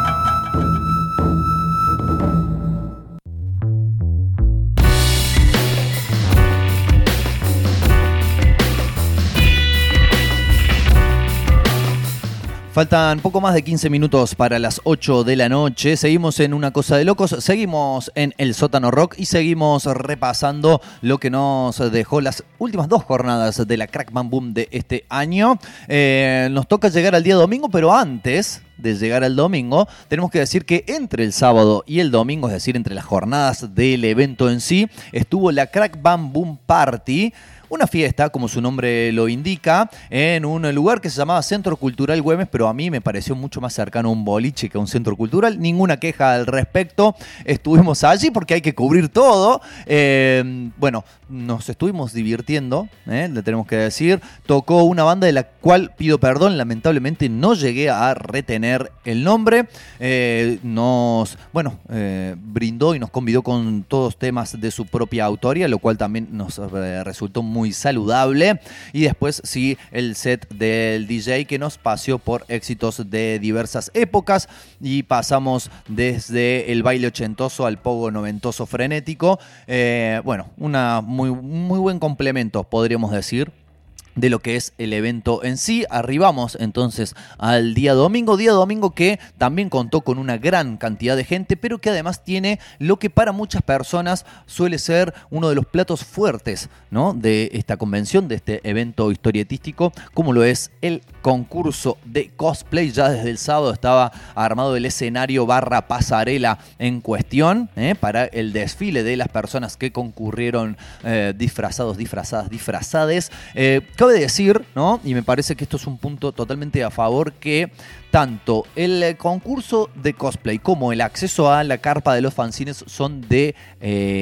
Faltan poco más de quince minutos para las ocho de la noche. Seguimos en Una Cosa de Locos, seguimos en El Sótano Rock y seguimos repasando lo que nos dejó las últimas dos jornadas de la Crack Bam Boom de este año. Eh, nos toca llegar al día domingo, pero antes de llegar al domingo, tenemos que decir que entre el sábado y el domingo, es decir, entre las jornadas del evento en sí, estuvo la Crack Bam Boom Party. Una fiesta, como su nombre lo indica, en un lugar que se llamaba Centro Cultural Güemes, pero a mí me pareció mucho más cercano a un boliche que a un centro cultural. Ninguna queja al respecto. Estuvimos allí porque hay que cubrir todo. Eh, bueno, nos estuvimos divirtiendo, ¿eh? Le tenemos que decir. Tocó una banda de la cual pido perdón, lamentablemente no llegué a retener el nombre. Eh, nos, bueno, eh, brindó y nos convidó con todos temas de su propia autoría, lo cual también nos eh, resultó muy muy saludable. Y después sí, el set del D J que nos paseó por éxitos de diversas épocas y pasamos desde el baile ochentoso al pogo noventoso frenético. Eh, bueno, una muy, muy buen complemento, podríamos decir, de lo que es el evento en sí. Arribamos entonces al día domingo, día domingo que también contó con una gran cantidad de gente, pero que además tiene lo que para muchas personas suele ser uno de los platos fuertes, ¿no?, de esta convención, de este evento historietístico, como lo es el concurso de cosplay. Ya desde el sábado estaba armado el escenario barra pasarela en cuestión, ¿eh? para el desfile de las personas que concurrieron eh, disfrazados, disfrazadas, disfrazades. Eh, Cabe decir, ¿no?, y me parece que esto es un punto totalmente a favor, que tanto el concurso de cosplay como el acceso a la carpa de los fanzines son de eh,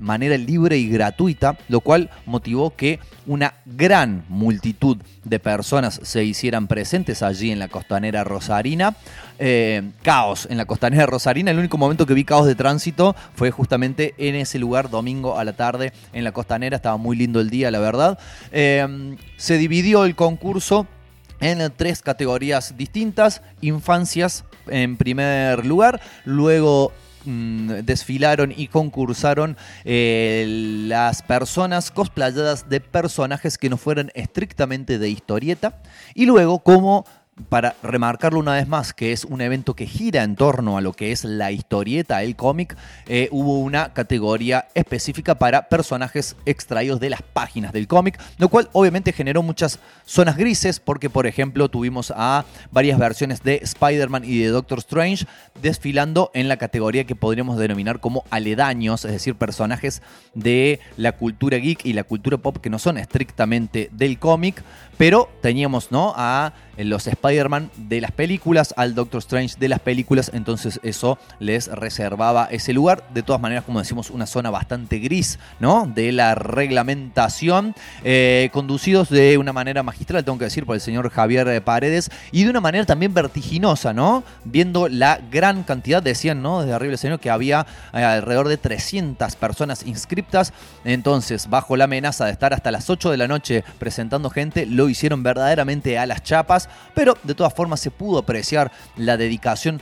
manera libre y gratuita, lo cual motivó que una gran multitud de personas se hicieran presentes allí en la costanera rosarina. Eh, caos en la costanera rosarina. El único momento que vi caos de tránsito fue justamente en ese lugar, domingo a la tarde en la costanera. Estaba muy lindo el día, la verdad. Eh, se dividió el concurso en tres categorías distintas. Infancias en primer lugar, luego mmm, desfilaron y concursaron eh, las personas cosplayadas de personajes que no fueran estrictamente de historieta, y luego, como para remarcarlo una vez más, que es un evento que gira en torno a lo que es la historieta, el cómic, eh, hubo una categoría específica para personajes extraídos de las páginas del cómic, lo cual obviamente generó muchas zonas grises, porque por ejemplo tuvimos a varias versiones de Spider-Man y de Doctor Strange desfilando en la categoría que podríamos denominar como aledaños, es decir, personajes de la cultura geek y la cultura pop que no son estrictamente del cómic, pero teníamos, ¿no?, a los Spider-Man de las películas, al Doctor Strange de las películas, entonces eso les reservaba ese lugar. De todas maneras, como decimos, una zona bastante gris, ¿no?, de la reglamentación, eh, conducidos de una manera magistral, tengo que decir, por el señor Javier Paredes, y de una manera también vertiginosa, ¿no?, viendo la gran cantidad, decían, ¿no?, desde arriba del escenario, que había eh, alrededor de trescientas personas inscriptas. Entonces, bajo la amenaza de estar hasta las ocho de la noche presentando gente, lo hicieron verdaderamente a las chapas, pero de todas formas se pudo apreciar la dedicación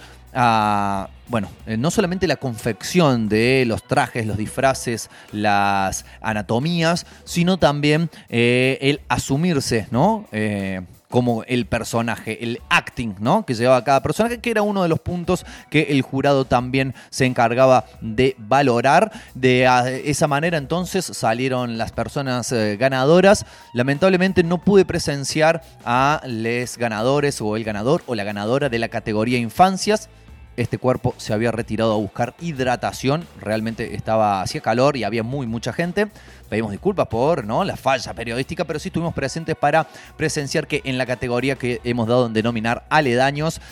a, bueno, eh, no solamente la confección de los trajes, los disfraces, las anatomías, sino también eh, el asumirse, ¿no?, Eh, como el personaje, el acting, ¿no?, que llevaba cada personaje, que era uno de los puntos que el jurado también se encargaba de valorar. De esa manera entonces salieron las personas eh, ganadoras. Lamentablemente no pude presenciar a los ganadores o el ganador o la ganadora de la categoría infancias. Este cuerpo se había retirado a buscar hidratación, realmente estaba, hacía calor y había muy mucha gente. Pedimos disculpas por, ¿no?, la falla periodística, pero sí estuvimos presentes para presenciar que en la categoría que hemos dado en denominar aledaños,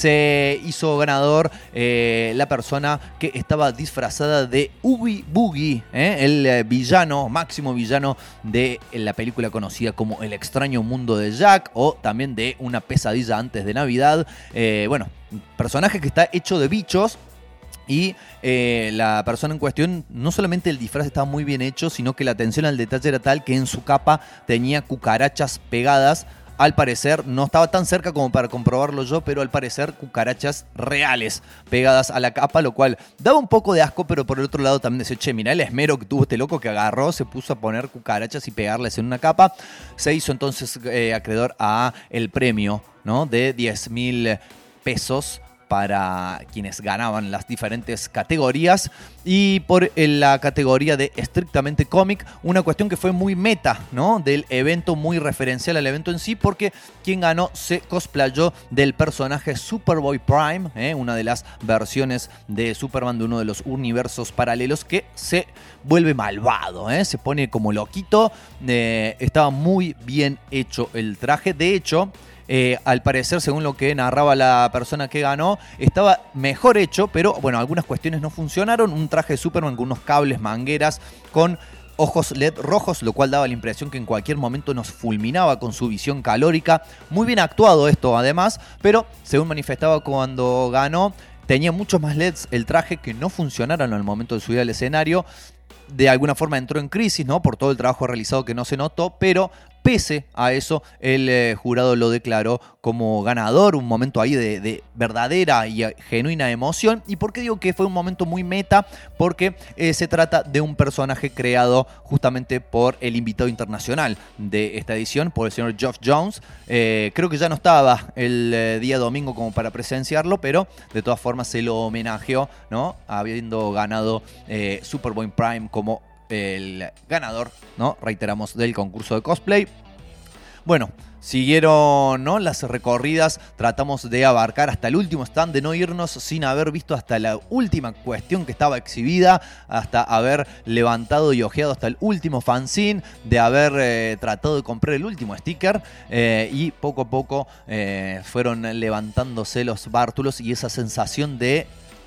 se hizo ganador eh, la persona que estaba disfrazada de Oogie Boogie, ¿eh? el eh, villano, máximo villano de la película conocida como El extraño mundo de Jack, o también de Una pesadilla antes de Navidad. Eh, bueno, personaje que está hecho de bichos. Y eh, la persona en cuestión, no solamente el disfraz estaba muy bien hecho, sino que la atención al detalle era tal que en su capa tenía cucarachas pegadas. Al parecer, no estaba tan cerca como para comprobarlo yo, pero al parecer cucarachas reales pegadas a la capa, lo cual daba un poco de asco, pero por el otro lado también decía, che, mirá el esmero que tuvo este loco que agarró, se puso a poner cucarachas y pegarles en una capa. Se hizo entonces eh, acreedor a el premio, ¿no?, de diez mil pesos para quienes ganaban las diferentes categorías. Y por la categoría de estrictamente cómic, una cuestión que fue muy meta, ¿no?, del evento, muy referencial al evento en sí, porque quien ganó se cosplayó del personaje Superboy Prime, ¿eh? una de las versiones de Superman de uno de los universos paralelos que se vuelve malvado, ¿eh? se pone como loquito. Eh, estaba muy bien hecho el traje, de hecho, Eh, al parecer, según lo que narraba la persona que ganó, estaba mejor hecho, pero bueno, algunas cuestiones no funcionaron. Un traje de Superman con unos cables, mangueras, con ojos L E D rojos, lo cual daba la impresión que en cualquier momento nos fulminaba con su visión calórica. Muy bien actuado esto además, pero según manifestaba cuando ganó, tenía muchos más L E Ds el traje que no funcionaron al momento de subir al escenario. De alguna forma entró en crisis, ¿no?, por todo el trabajo realizado que no se notó, pero pese a eso, el eh, jurado lo declaró como ganador, un momento ahí de, de verdadera y genuina emoción. ¿Y por qué digo que fue un momento muy meta? Porque eh, se trata de un personaje creado justamente por el invitado internacional de esta edición, por el señor Geoff Jones. Eh, creo que ya no estaba el eh, día domingo como para presenciarlo, pero de todas formas se lo homenajeó, ¿no?, habiendo ganado eh, Superboy Prime como el ganador, ¿no?, reiteramos, del concurso de cosplay. Bueno, siguieron, ¿no?, las recorridas, tratamos de abarcar hasta el último stand, de no irnos sin haber visto hasta la última cuestión que estaba exhibida, hasta haber levantado y ojeado hasta el último fanzine, de haber eh, tratado de comprar el último sticker, eh, y poco a poco eh, fueron levantándose los bártulos y esa sensación de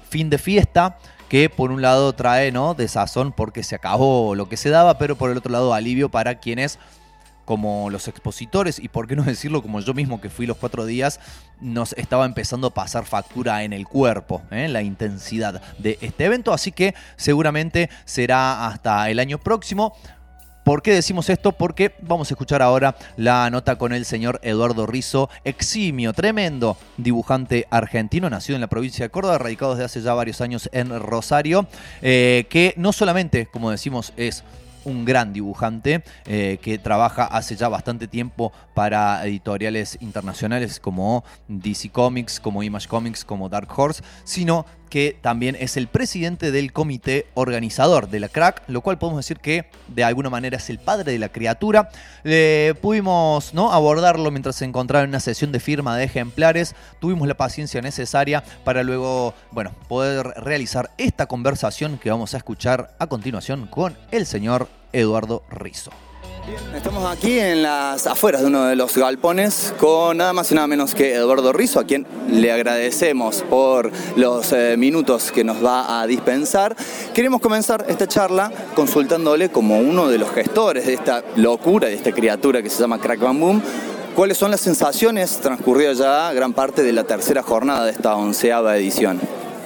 fin de fiesta que por un lado trae, ¿no?, desazón porque se acabó lo que se daba, pero por el otro lado alivio para quienes, como los expositores, y por qué no decirlo como yo mismo que fui los cuatro días, nos estaba empezando a pasar factura en el cuerpo, ¿eh? la intensidad de este evento, así que seguramente será hasta el año próximo. ¿Por qué decimos esto? Porque vamos a escuchar ahora la nota con el señor Eduardo Rizzo, eximio, tremendo dibujante argentino, nacido en la provincia de Córdoba, radicado desde hace ya varios años en Rosario, eh, que no solamente, como decimos, es un gran dibujante eh, que trabaja hace ya bastante tiempo para editoriales internacionales como D C Comics, como Image Comics, como Dark Horse, sino que también es el presidente del comité organizador de la Crack, lo cual podemos decir que de alguna manera es el padre de la criatura. Eh, pudimos, ¿no?, abordarlo mientras se encontraba en una sesión de firma de ejemplares. Tuvimos la paciencia necesaria para luego, bueno, poder realizar esta conversación que vamos a escuchar a continuación con el señor Eduardo Rizzo. Estamos aquí en las afueras de uno de los galpones con nada más y nada menos que Eduardo Rizzo, a quien le agradecemos por los eh, minutos que nos va a dispensar. Queremos comenzar esta charla consultándole, como uno de los gestores de esta locura, de esta criatura que se llama Crack Bam Boom, cuáles son las sensaciones transcurrida ya gran parte de la tercera jornada de esta onceava edición.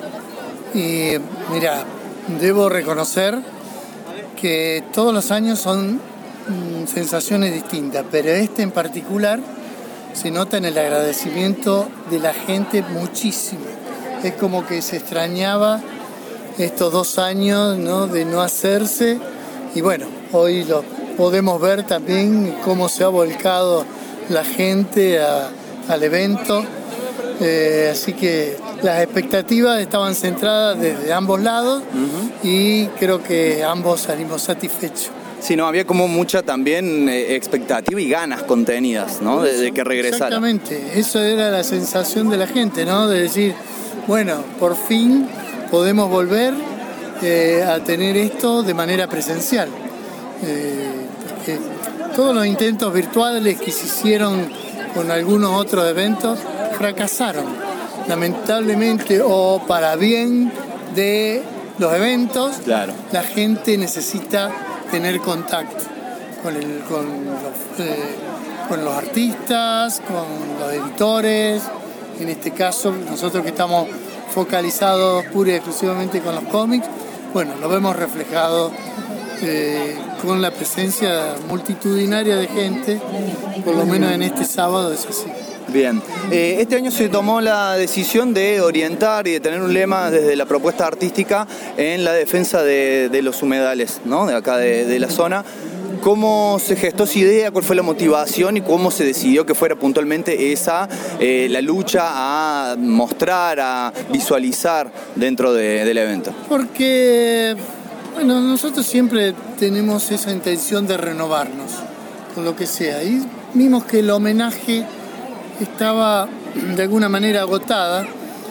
Y mira, debo reconocer que todos los años son sensaciones distintas, pero este en particular se nota en el agradecimiento de la gente muchísimo. Es como que se extrañaba estos dos años, ¿no?, de no hacerse, y bueno, hoy lo podemos ver también cómo se ha volcado la gente a, al evento, eh, así que las expectativas estaban centradas desde ambos lados, uh-huh. y creo que ambos salimos satisfechos. Sí, no, había como mucha también eh, expectativa y ganas contenidas, ¿no?, de, de que regresara. Exactamente, eso era la sensación de la gente, ¿no?, de decir, bueno, por fin podemos volver eh, a tener esto de manera presencial. Eh, porque todos los intentos virtuales que se hicieron con algunos otros eventos fracasaron, lamentablemente, o para bien de los eventos. Claro. La gente necesita tener contacto con, el, con, los, eh, con los artistas, con los editores. En este caso, nosotros que estamos focalizados pura y exclusivamente con los cómics, bueno, lo vemos reflejado eh, con la presencia multitudinaria de gente, por lo menos en este sábado es así. Bien, eh, este año se tomó la decisión de orientar y de tener un lema desde la propuesta artística en la defensa de, de los humedales, ¿no?, de acá de, de la zona. ¿Cómo se gestó esa idea? ¿Cuál fue la motivación? ¿Y cómo se decidió que fuera puntualmente esa eh, la lucha a mostrar, a visualizar dentro de, del evento? Porque, bueno, nosotros siempre tenemos esa intención de renovarnos con lo que sea. Y vimos que el homenaje estaba de alguna manera agotada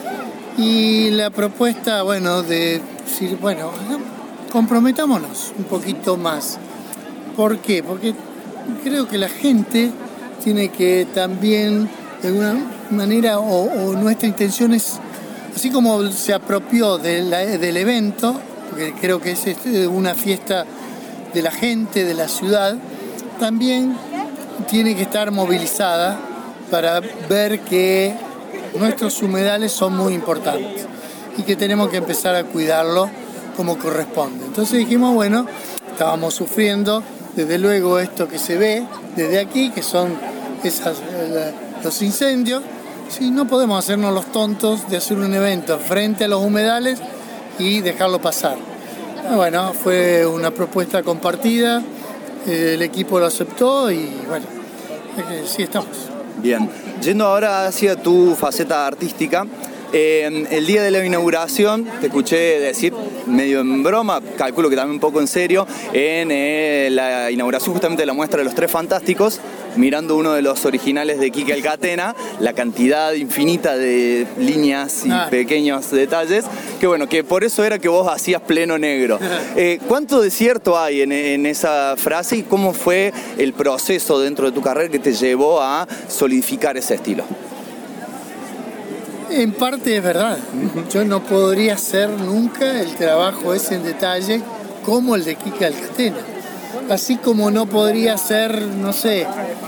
y la propuesta, bueno, de decir, bueno, comprometámonos un poquito más. ¿Por qué? Porque creo que la gente tiene que también, de alguna manera, o, o nuestra intención es, así como se apropió de la, del evento, porque creo que es una fiesta de la gente, de la ciudad, también tiene que estar movilizada para ver que nuestros humedales son muy importantes y que tenemos que empezar a cuidarlo como corresponde. Entonces dijimos, bueno, estábamos sufriendo, desde luego, esto que se ve desde aquí, que son esas, eh, los incendios. Sí, no podemos hacernos los tontos de hacer un evento frente a los humedales y dejarlo pasar. Bueno, fue una propuesta compartida, eh, el equipo lo aceptó y bueno, eh, sí estamos. Bien, yendo ahora hacia tu faceta artística, eh, el día de la inauguración, te escuché decir medio en broma, calculo que también un poco en serio, en eh, la inauguración justamente de la muestra de los Tres Fantásticos, mirando uno de los originales de Quique Alcatena, la cantidad infinita de líneas y ah. pequeños detalles, que bueno, que por eso era que vos hacías pleno negro. Eh, ¿Cuánto de cierto hay en, en esa frase y cómo fue el proceso dentro de tu carrera que te llevó a solidificar ese estilo? En parte es verdad. Yo no podría hacer nunca el trabajo ese en detalle como el de Kika Alcatena. Así como no podría ser, no sé,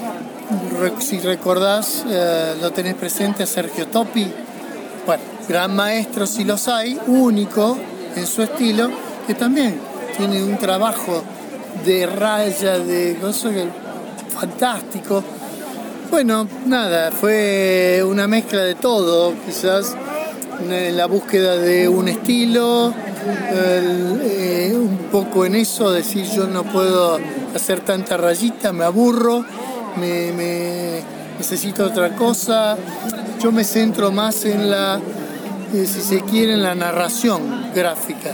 si recordás, eh, lo tenés presente a Sergio Topi. Bueno, gran maestro si los hay, único en su estilo, que también tiene un trabajo de raya, de cosas fantástico. Bueno, nada, fue una mezcla de todo, quizás la búsqueda de un estilo, el, eh, un poco en eso, decir yo no puedo hacer tanta rayita, me aburro, me, me necesito otra cosa. Yo me centro más en la, eh, si se quiere, en la narración gráfica.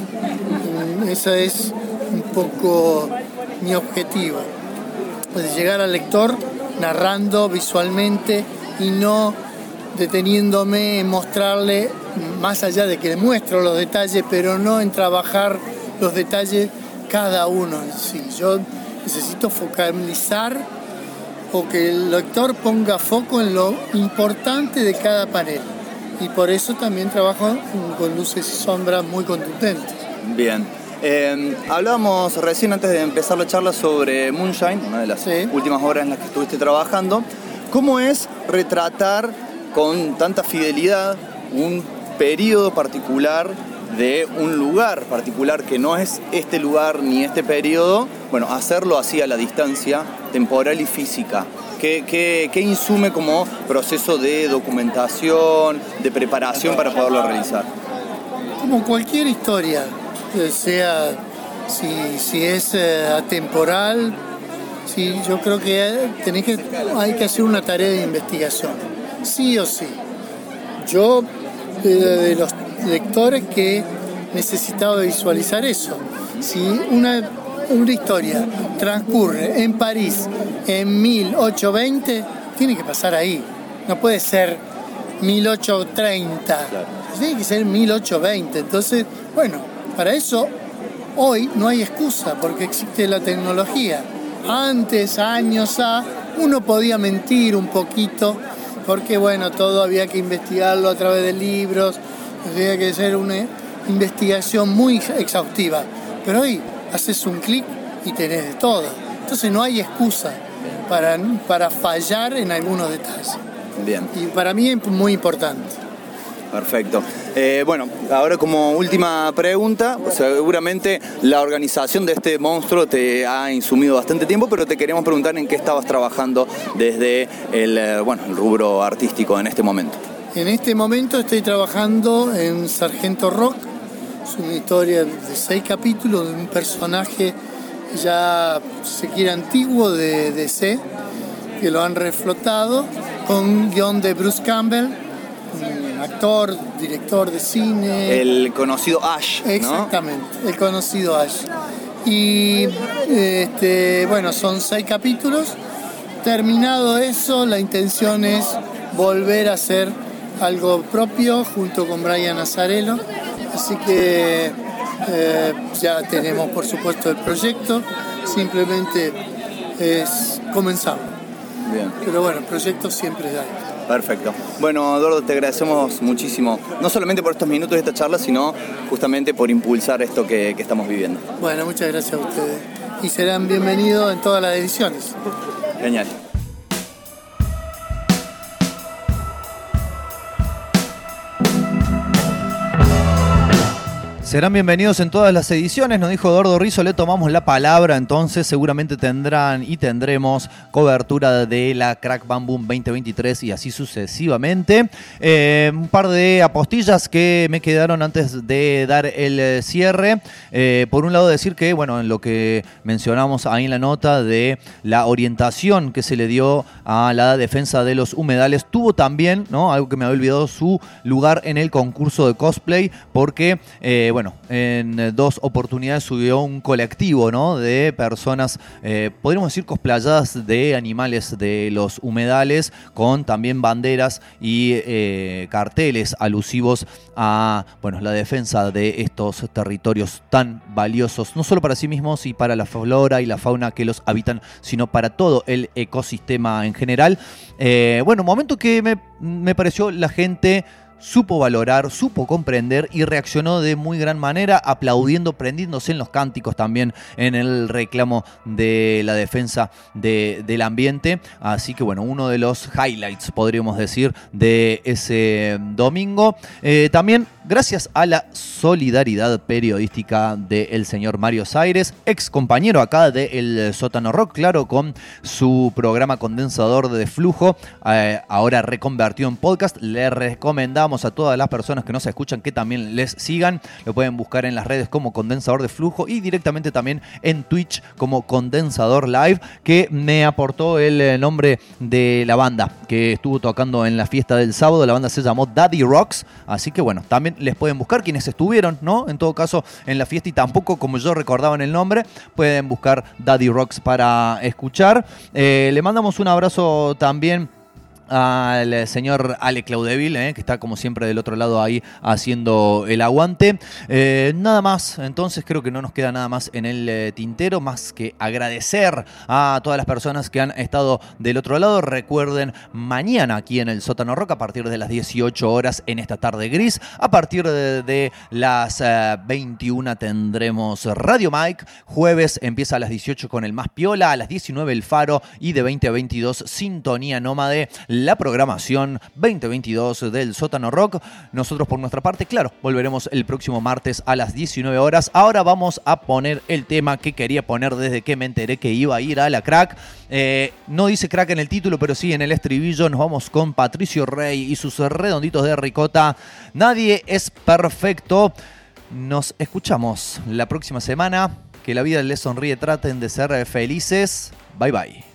Ese es un poco mi objetivo, pues llegar al lector narrando visualmente y no deteniéndome en mostrarle, más allá de que le muestro los detalles, pero no en trabajar los detalles cada uno en sí. Yo necesito focalizar o que el lector ponga foco en lo importante de cada panel. Y por eso también trabajo con luces y sombras muy contundentes. Bien. Eh, hablábamos recién antes de empezar la charla sobre Moonshine, una de las sí. últimas obras en las que estuviste trabajando. ¿Cómo es retratar con tanta fidelidad un periodo particular de un lugar particular que no es este lugar ni este periodo? Bueno, hacerlo así a la distancia temporal y física. ¿Qué, qué, qué insume como proceso de documentación, de preparación para poderlo realizar? Como cualquier historia, sea si, si es eh, atemporal, sí, yo creo que, tenés que hay que hacer una tarea de investigación, sí o sí. Yo, de, de los lectores que necesitaba visualizar eso, si una, una historia transcurre en París en mil ochocientos veinte, tiene que pasar ahí, no puede ser mil ochocientos treinta, tiene que ser mil ochocientos veinte. Entonces, bueno, para eso hoy no hay excusa porque existe la tecnología. Antes, años A, uno podía mentir un poquito porque bueno, todo había que investigarlo a través de libros, había que hacer una investigación muy exhaustiva. Pero hoy haces un clic y tenés de todo. Entonces no hay excusa para, para fallar en algunos detalles. Bien. Y para mí es muy importante. Perfecto. Eh, bueno, ahora como última pregunta, seguramente la organización de este monstruo te ha insumido bastante tiempo, pero te queremos preguntar en qué estabas trabajando desde el, bueno, el rubro artístico en este momento. En este momento estoy trabajando en Sargento Rock. Es una historia de seis capítulos de un personaje ya, si se quiere, antiguo de D C, que lo han reflotado, con guión de Bruce Campbell, un actor, director de cine. El conocido Ash, ¿no? Exactamente, el conocido Ash. Y este, bueno, son seis capítulos. Terminado eso, la intención es volver a hacer algo propio junto con Brian Azzarello. Así que eh, ya tenemos, por supuesto, el proyecto. Simplemente es comenzamos. Bien. Pero bueno, el proyecto siempre hay. Perfecto. Bueno, Eduardo, te agradecemos muchísimo, no solamente por estos minutos de esta charla, sino justamente por impulsar esto que, que estamos viviendo. Bueno, muchas gracias a ustedes. Y serán bienvenidos en todas las ediciones. Genial. Serán bienvenidos en todas las ediciones, nos dijo Eduardo Rizzo, le tomamos la palabra, entonces seguramente tendrán y tendremos cobertura de la Crack Bam Boom veinte veintitrés y así sucesivamente. Eh, un par de apostillas que me quedaron antes de dar el cierre. Eh, por un lado decir que, bueno, en lo que mencionamos ahí en la nota de la orientación que se le dio a la defensa de los humedales, tuvo también, ¿no?, algo que me había olvidado, su lugar en el concurso de cosplay, porque, eh, bueno, Bueno, en dos oportunidades subió un colectivo, ¿no?, de personas, eh, podríamos decir cosplayadas de animales de los humedales, con también banderas y eh, carteles alusivos a, bueno, la defensa de estos territorios tan valiosos, no solo para sí mismos y para la flora y la fauna que los habitan, sino para todo el ecosistema en general. Eh, bueno, un momento que me, me pareció la gente supo valorar, supo comprender y reaccionó de muy gran manera, aplaudiendo, prendiéndose en los cánticos también en el reclamo de la defensa de, del ambiente. Así que bueno, uno de los highlights, podríamos decir, de ese domingo. Eh, también gracias a la solidaridad periodística del señor Mario Saires, ex compañero acá del Sótano Rock, claro, con su programa Condensador de Flujo, eh, ahora reconvertido en podcast. Le recomendamos a todas las personas que nos escuchan que también les sigan. Lo pueden buscar en las redes como Condensador de Flujo y directamente también en Twitch como Condensador Live, que me aportó el nombre de la banda que estuvo tocando en la fiesta del sábado. La banda se llamó Daddy Rocks, así que bueno, también les pueden buscar quienes estuvieron, ¿no? En todo caso, en la fiesta y tampoco como yo recordaba en el nombre, pueden buscar Daddy Rocks para escuchar. Eh, le mandamos un abrazo también al señor Ale Claudeville, eh, que está como siempre del otro lado ahí haciendo el aguante. Eh, nada más, entonces creo que no nos queda nada más en el eh, tintero, más que agradecer a todas las personas que han estado del otro lado. Recuerden, mañana aquí en el Sótano Rock, a partir de las dieciocho horas en esta tarde gris, a partir de, de las eh, veintiuna tendremos Radio Mike. Jueves empieza a las dieciocho con el Más Piola, a las diecinueve El Faro y de veinte a veintidós Sintonía Nómade, la programación veinte veintidós del Sótano Rock. Nosotros por nuestra parte, claro, volveremos el próximo martes a las diecinueve horas. Ahora vamos a poner el tema que quería poner desde que me enteré que iba a ir a la Crack. Eh, no dice Crack en el título, pero sí en el estribillo. Nos vamos con Patricio Rey y sus redonditos de ricota. Nadie es perfecto. Nos escuchamos la próxima semana. Que la vida les sonríe, traten de ser felices. Bye bye.